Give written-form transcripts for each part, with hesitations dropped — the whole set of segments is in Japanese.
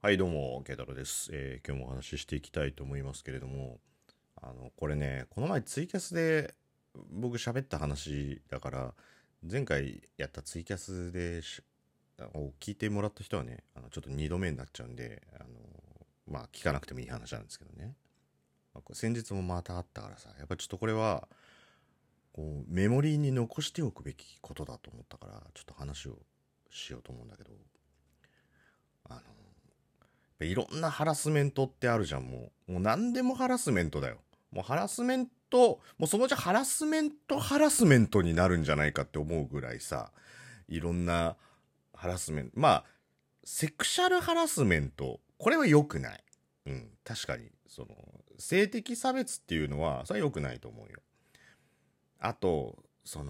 はいどうも、ケイタロウです。今日もお話ししていきたいと思いますけれども、これね、この前ツイキャスで僕喋った話だから、前回やったツイキャスを聞いてもらった人はね、ちょっと2度目になっちゃうんで、まあ聞かなくてもいい話なんですけどね。これ先日もまたあったからさ、やっぱちょっとこれは、こう、メモリーに残しておくべきことだと思ったから、ちょっと話をしようと思うんだけど、あの、いろんなハラスメントってあるじゃん、もう何でもハラスメントだよ。もうハラスメント、もうそのうちハラスメントになるんじゃないかって思うぐらいさ、いろんなハラスメント。まあ、セクシャルハラスメント、これは良くない。うん、確かに、性的差別っていうのは、それは良くないと思うよ。あと、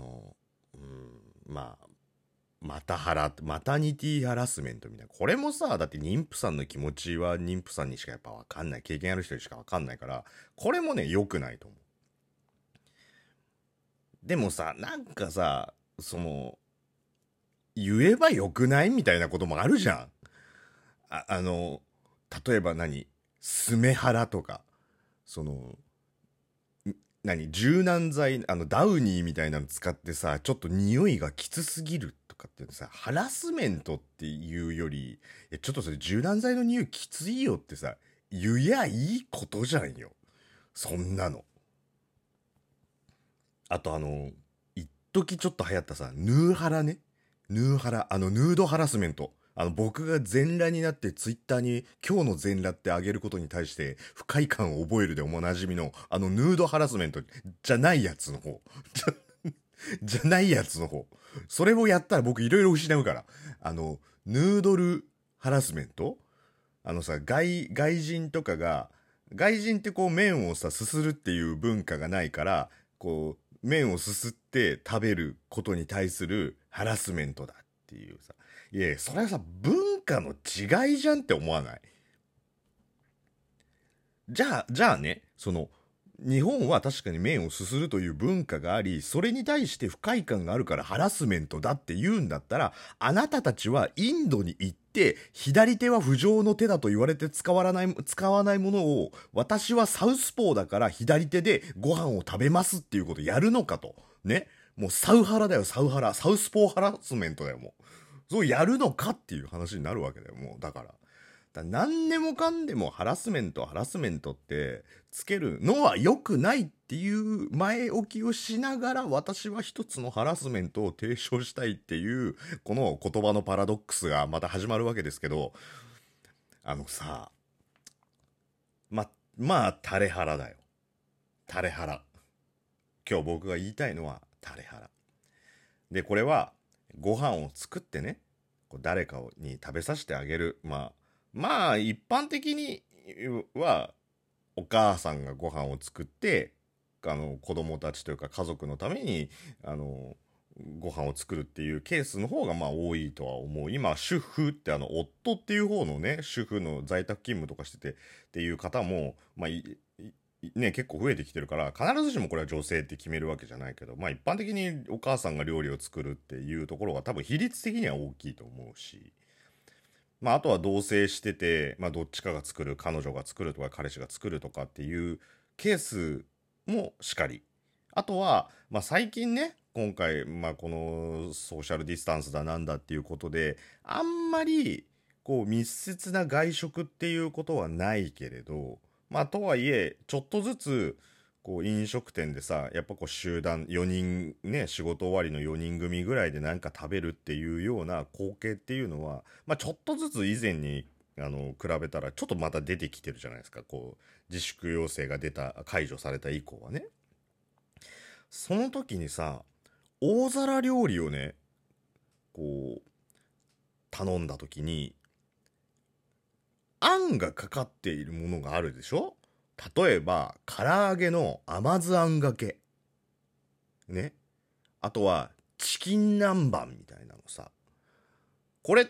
まあ、マタニティハラスメントみたいな。これもさ、だって妊婦さんの気持ちは妊婦さんにしかやっぱわかんない。経験ある人にしかわかんないから、これもね、良くないと思う。でもさ、なんかさ、言えば良くないみたいなこともあるじゃん。例えばスメハラとか、その、柔軟剤、ダウニーみたいなの使ってさ、ちょっと匂いがきつすぎるとかってさ、ハラスメントっていうより、ちょっとそれ柔軟剤の匂いきついよってさ、言やいいことじゃんよ。そんなの。あと一時ちょっと流行ったさ、ヌーハラね。ヌーハラ、ヌードハラスメント。僕が全裸になってツイッターに今日の全裸ってあげることに対して不快感を覚えるでおなじみのヌードハラスメントじゃないやつの方。じゃないやつの方。それをやったら僕いろいろ失うから。ヌードルハラスメントさ、外人とかが、外人ってこう麺をさ、すするっていう文化がないから、こう、麺をすすって食べることに対するハラスメントだっていうさ。いや、それはさ、文化の違いじゃんって思わない？じゃあね、日本は確かに麺をすするという文化があり、それに対して不快感があるからハラスメントだって言うんだったら、あなたたちはインドに行って、左手は不浄の手だと言われて使わないものを、私はサウスポーだから左手でご飯を食べますっていうことやるのかと。ね。もうサウハラだよ、サウハラ。サウスポーハラスメントだよ、もう。そうやるのかっていう話になるわけだよ、もう。だから。何でもかんでもハラスメントってつけるのは良くないっていう前置きをしながら私は一つのハラスメントを提唱したいっていうこの言葉のパラドックスがまた始まるわけですけど、あのさ、ま、まあ、垂れ腹だよ。垂れ腹。今日僕が言いたいのは垂れ腹。で、これはご飯を作ってね、誰かに食べさせてあげる。まあ、一般的には、お母さんがご飯を作って、子供たちというか家族のために、あの、ご飯を作るっていうケースの方がまあ多いとは思う。今、主婦って夫っていう方のね、主婦の在宅勤務とかしててっていう方も、ね、結構増えてきてるから、必ずしもこれは女性って決めるわけじゃないけど、まあ一般的にお母さんが料理を作るっていうところが多分比率的には大きいと思うし、まあ、あとは同棲してて、まあ、どっちかが作る、彼女が作るとか、彼氏が作るとかっていうケースもしかり。あとは、まあ、最近ね、今回、まあ、このソーシャルディスタンスだなんだっていうことで、あんまり、こう、密接な外食っていうことはないけれど、まあ、とはいえ、ちょっとずつ、こう飲食店でさ、やっぱこう集団4人ね、仕事終わりの4人組ぐらいでなんか食べるっていうような光景っていうのは、まあちょっとずつ以前に比べたらちょっとまた出てきてるじゃないですか。こう自粛要請が解除された以降はね。その時にさ、大皿料理をね、こう頼んだ時に、あんがかかっているものがあるでしょ？例えば、唐揚げの甘酢あんがけ。ね。あとは、チキン南蛮みたいなのさ。これって、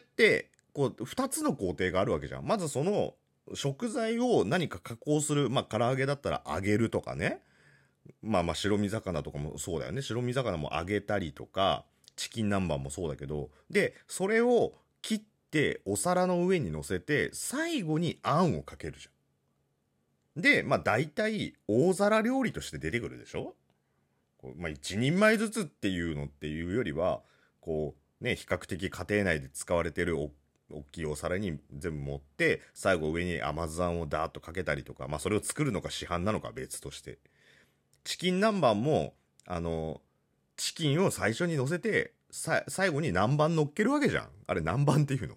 こう、二つの工程があるわけじゃん。まずその、食材を何か加工する。まあ、唐揚げだったら揚げるとかね。白身魚とかもそうだよね。白身魚も揚げたりとか、チキン南蛮もそうだけど、で、それを切っってお皿の上に乗せて最後にあんをかけるじゃん。でまあ大体大皿料理として出てくるでしょ。まあ、一人前ずつっていうのっていうよりはこうね比較的家庭内で使われてる大きいお皿に全部盛って最後上に甘酢あんをダーッとかけたりとか、まあそれを作るのか市販なのか別として、チキン南蛮もチキンを最初に乗せて最後に南蛮乗っけるわけじゃん。あれ南蛮っていうの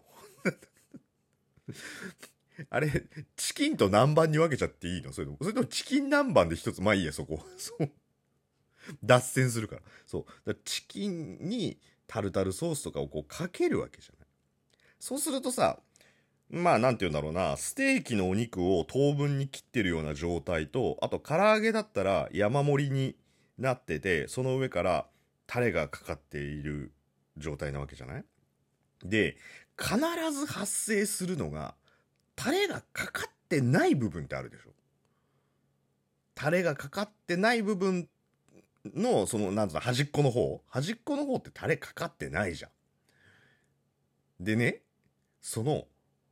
あれチキンと南蛮に分けちゃっていいの？それともチキン南蛮で一つ、まあいいやそこそう脱線するから。だからチキンにタルタルソースとかをこうかけるわけじゃない。そうするとさ、まあなんて言うんだろうな、ステーキのお肉を等分に切ってるような状態と、あと唐揚げだったら山盛りになってて、その上からタレがかかっている状態なわけじゃない。で必ず発生するのがタレがかかってない部分ってあるでしょ。タレがかかってない部分のそのなんつうの、端っこの方ってタレかかってないじゃん。でね、その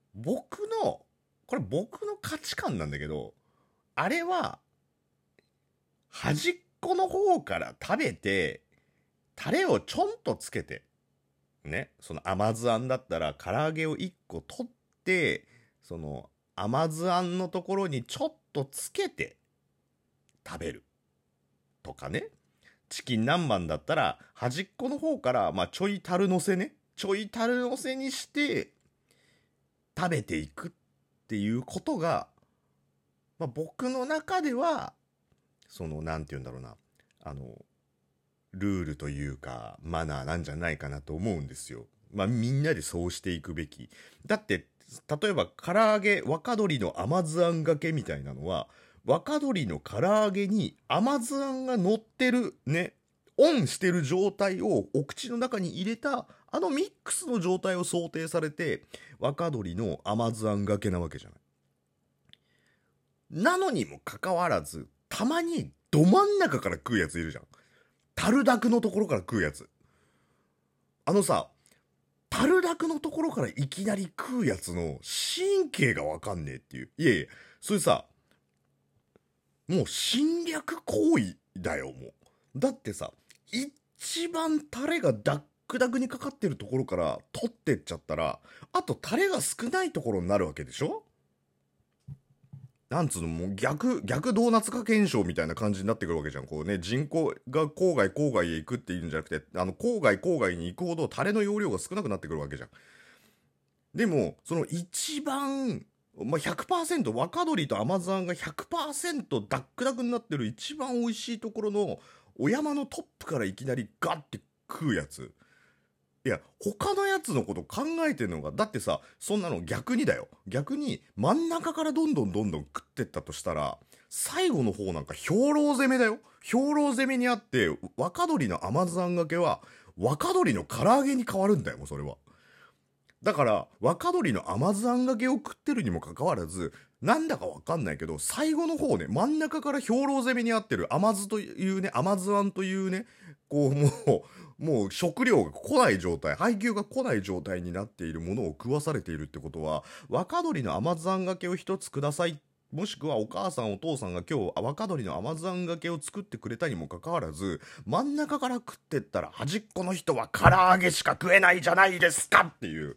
僕の価値観なんだけど、あれは端っこの方から食べてタレをちょんとつけてね、その甘酢あんだったら唐揚げを1個取ってその甘酢あんのところにちょっとつけて食べるとかね、チキン南蛮だったら端っこの方からまあちょい樽のせにして食べていくっていうことが、まあ、僕の中ではそのなんて言うんだろうな、あのルールというかマナーなんじゃないかなと思うんですよ。まあみんなでそうしていくべき。だって例えば唐揚げ若鶏の甘酢あんがけみたいなのは、若鶏の唐揚げに甘酢あんが乗ってるね、オンしてる状態をお口の中に入れたあのミックスの状態を想定されて若鶏の甘酢あんがけなわけじゃない。なのにもかかわらずたまにど真ん中から食うやついるじゃん。樽だくのところから食うやつ。あのさ、樽だくのところからいきなり食うやつの神経がわかんねえっていう。いやいや、それさ、もう侵略行為だよ、もう。だってさ、一番タレがダックダクにかかってるところから取ってっちゃったら、あとタレが少ないところになるわけでしょ。なんつうの、もう逆ドーナツ化現象みたいな感じになってくるわけじゃん。こうね、人口が郊外へ行くっていうんじゃなくて、郊外に行くほどタレの容量が少なくなってくるわけじゃん。でも、その一番、まあ、100%、若鶏と甘酢あんが100%ダックダクになってる一番美味しいところの、お山のトップからいきなりガッて食うやつ。いや他のやつのこと考えてんのが、だってさ、そんなの逆にだよ、逆に真ん中からどんどん食ってったとしたら、最後の方なんか兵糧攻めだよ。兵糧攻めにあって若鶏の甘酢あんがけは若鶏の唐揚げに変わるんだよ、もうそれは。だから若鶏の甘酢あんがけを食ってるにもかかわらず、なんだかわかんないけど最後の方ね、真ん中から兵糧攻めにあってる甘酢というね、甘酢あんというね、こうもう食料が来ない状態、配給が来ない状態になっているものを食わされているってことは、若鶏の甘酢あんがけを一つください、もしくはお母さんお父さんが今日若鶏の甘酢あんがけを作ってくれたにもかかわらず、真ん中から食ってったら端っこの人は唐揚げしか食えないじゃないですかっていう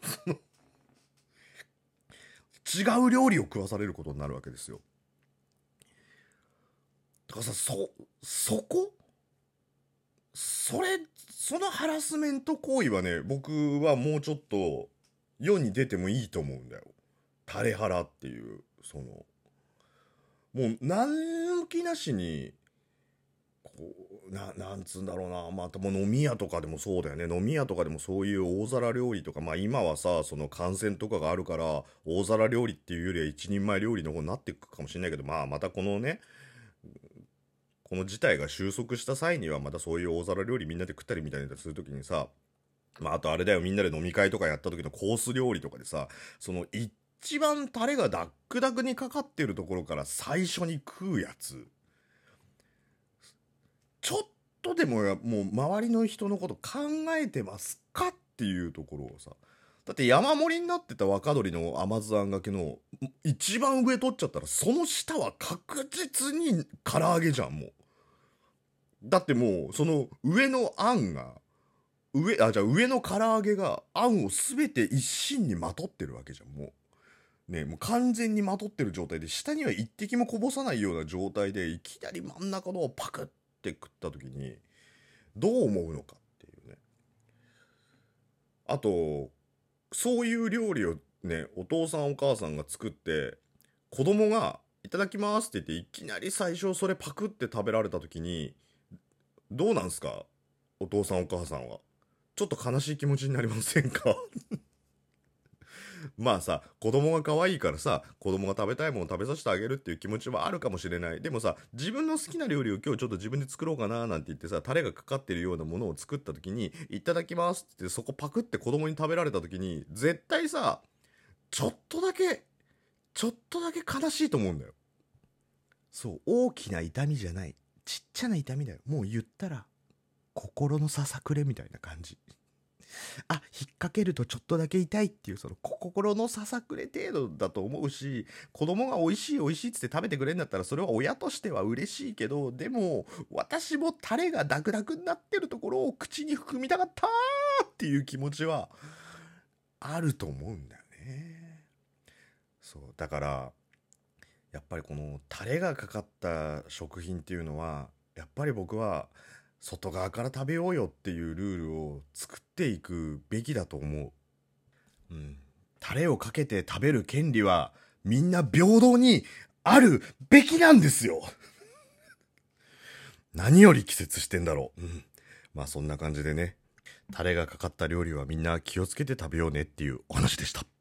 違う料理を食わされることになるわけですよ。だからさ、そこそれそのハラスメント行為はね、僕はもうちょっと世に出てもいいと思うんだよ。タレハラっていう、そのもう何抜きなしにこなんつうんだろうな、またもう飲み屋とかでもそうだよね。飲み屋とかでもそういう大皿料理とか、まあ今はさ、その感染とかがあるから大皿料理っていうよりは一人前料理の方になっていくかもしれないけど、まあまたこのね、この事態が収束した際にはまたそういう大皿料理みんなで食ったりみたいなするときにさ、まああとあれだよ、みんなで飲み会とかやった時のコース料理とかでさ、その一番タレがダックダクにかかってるところから最初に食うやつ、ちょっとでももう周りの人のこと考えてますかっていうところをさ、 だって山盛りになってた若鶏の甘酢あんがけの一番上取っちゃったら、その下は確実に唐揚げじゃん、もう。だってもう、その上のあんが、じゃあ上の唐揚げがあんを全て一身にまとってるわけじゃん、もう。ね、もう完全にまとってる状態で、下には一滴もこぼさないような状態で、いきなり真ん中のをパクって食った時に、どう思うのかっていうね。あと、そういう料理をね、お父さんお母さんが作って、子供が、いただきますって言って、いきなり最初それパクって食べられた時に、どうなんすか、お父さんお母さんは。ちょっと悲しい気持ちになりませんか？まあさ、子供が可愛いからさ、子供が食べたいものを食べさせてあげるっていう気持ちはあるかもしれない。でもさ、自分の好きな料理を今日ちょっと自分で作ろうかななんて言ってさ、タレがかかってるようなものを作った時に、いただきますって言ってそこパクって子供に食べられた時に、絶対さ、ちょっとだけ悲しいと思うんだよ。そう、大きな痛みじゃない。ちっちゃな痛みだよ。もう言ったら、心のささくれみたいな感じ。あ、引っ掛けるとちょっとだけ痛いっていう、その心のささくれ程度だと思うし、子供が美味しい美味しいっつって食べてくれんだったら、それは親としては嬉しいけど、でも、私もタレがダクダクになってるところを口に含みたかったーっていう気持ちは、あると思うんだよね。そう、だから、やっぱりこのタレがかかった食品っていうのは、やっぱり僕は、外側から食べようよっていうルールを作っていくべきだと思う。うん。タレをかけて食べる権利はみんな平等にあるべきなんですよ。何より季節してんだろう。うん。まあそんな感じでね、タレがかかった料理はみんな気をつけて食べようねっていうお話でした。